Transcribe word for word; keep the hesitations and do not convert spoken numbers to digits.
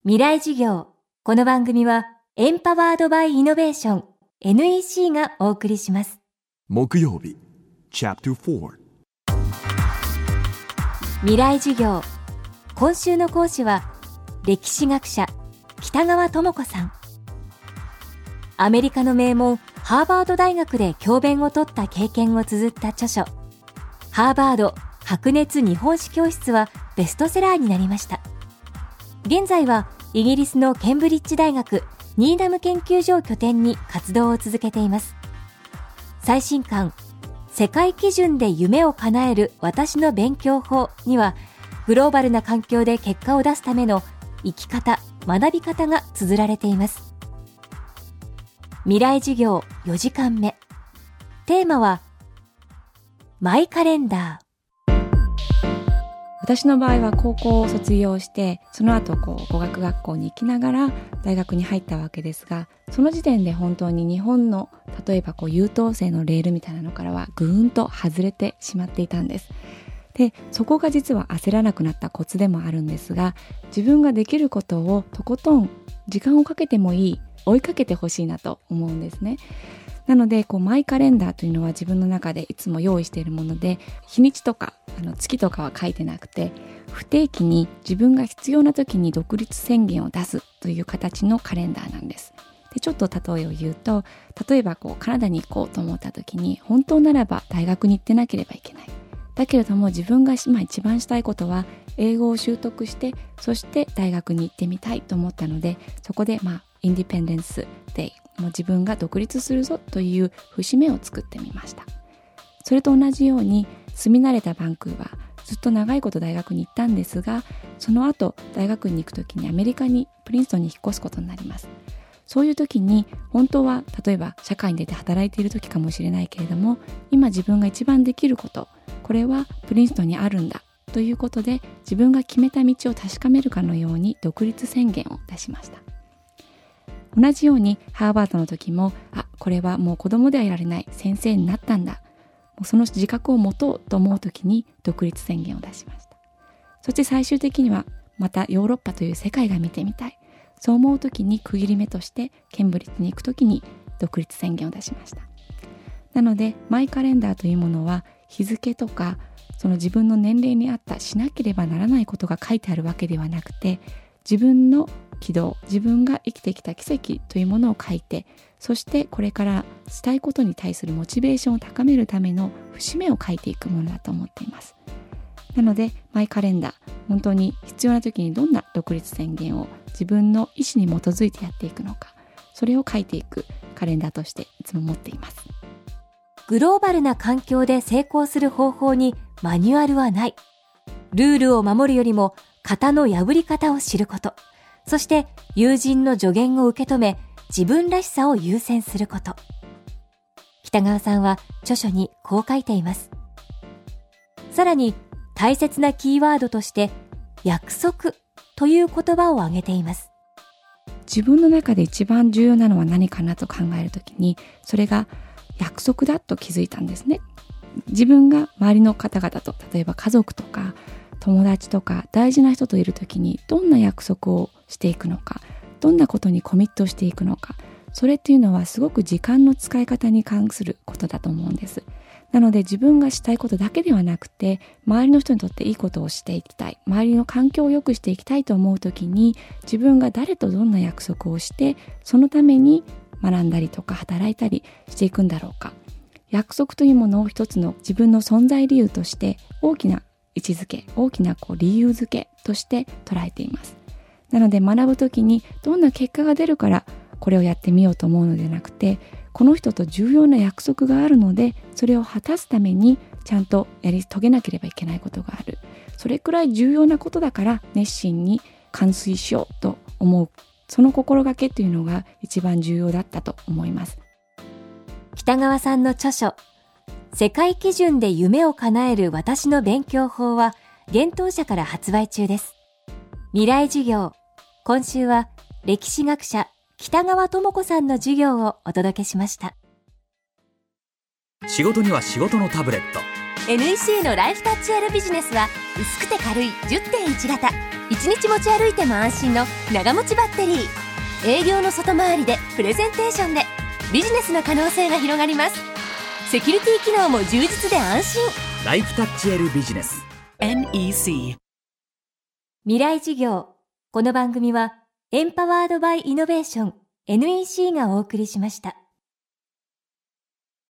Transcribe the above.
未来授業。この番組はエンパワードバイイノベーション エヌイーシー がお送りします。 木曜日チャプターよん未来授業。今週の講師は歴史学者北川智子さん。アメリカの名門ハーバード大学で教鞭を取った経験を綴った著書ハーバード白熱日本史教室はベストセラーになりました。現在はイギリスのケンブリッジ大学ニーダム研究所を拠点に活動を続けています。最新刊世界基準で夢を叶える私の勉強法にはグローバルな環境で結果を出すための生き方、学び方が綴られています。未来授業よじかんめ。テーマはマイカレンダー。 私の場合は高校を卒業してその後こう語学学校に行きながら大学に入ったわけですが、その時点で本当に日本の例えばこう優等生のレールみたいなのからはぐーんと外れてしまっていたんです。で、そこが実は焦らなくなったコツでもあるんですが、自分ができることをとことん時間をかけてもいい、追いかけてほしいなと思うんですね。なのでこうマイカレンダーというのは自分の中でいつも用意しているもので、日にちとかあの月とかは書いてなくて、不定期に自分が必要な時に独立宣言を出すという形のカレンダーなんです。で、ちょっと例えを言うと、例えばこうカナダに行こうと思った時に、本当ならば大学に行ってなければいけない。だけれども自分が今一番したいことは英語を習得して、そして大学に行ってみたいと思ったので、そこでまあインディペンデンスデイ、もう自分が独立するぞという節目を作ってみました。それと同じように住み慣れたバンクーバー、ずっと長いこと大学に行ったんですが、その後大学に行くときにアメリカにプリンストンに引っ越すことになります。そういう時に本当は例えば社会に出て働いている時かもしれないけれども、今自分が一番できること、これはプリンストンにあるんだということで、自分が決めた道を確かめるかのように独立宣言を出しました。同じようにハーバードの時も、あ、これはもう子供ではいられない、先生になったんだ、もうその自覚を持とうと思う時に独立宣言を出しました。そして最終的にはまたヨーロッパという世界が見てみたい、そう思う時に区切り目としてケンブリッジに行く時に独立宣言を出しました。なのでマイカレンダーというものは日付とかその自分の年齢に合ったしなければならないことが書いてあるわけではなくて、自分の軌道、自分が生きてきた奇跡というものを書いて、そしてこれからしたいことに対するモチベーションを高めるための節目を書いていくものだと思っています。なのでマイカレンダー、本当に必要な時にどんな独立宣言を自分の意思に基づいてやっていくのか、それを書いていくカレンダーとしていつも持っています。 グローバルな環境で成功する方法にマニュアルはない。ルールを守るよりも型の破り方を知ること、そして友人の助言を受け止め自分らしさを優先すること。北川さんは著書にこう書いています。さらに大切なキーワードとして約束という言葉を挙げています。 自分の中で一番重要なのは何かなと考えるときに、それが約束だと気づいたんですね。自分が周りの方々と、例えば家族とか友達とか大事な人といるときにどんな約束をしていくのか、どんなことにコミットしていくのか、それっていうのはすごく時間の使い方に関することだと思うんです。なので自分がしたいことだけではなくて、周りの人にとっていいことをしていきたい、周りの環境を良くしていきたいと思うときに、自分が誰とどんな約束をしてそのために学んだりとか働いたりしていくんだろうか。約束というものを一つの自分の存在理由として大きな位置づけ、大きなこう理由づけとして捉えています。なので学ぶときにどんな結果が出るからこれをやってみようと思うのではなくて、この人と重要な約束があるので、それを果たすためにちゃんとやり遂げなければいけないことがある。それくらい重要なことだから熱心に完遂しようと思う。その心がけというのが一番重要だったと思います。 北川さんの著書、世界基準で夢を叶える私の勉強法は幻冬舎から発売中です。未来授業。今週は歴史学者北川智子さんの授業をお届けしました。 仕事には仕事のタブレット、 エヌイーシー のライフタッチ L ビジネスは薄くて軽い じゅってんいち 型、 一日持ち歩いても安心の長持ちバッテリー。営業の外回りでプレゼンテーションでビジネスの可能性が広がります。セキュリティ機能も充実で安心。 ライフタッチ L ビジネス エヌイーシー。 未来事業。この番組はエンパワードバイイノベーション エヌイーシー がお送りしました。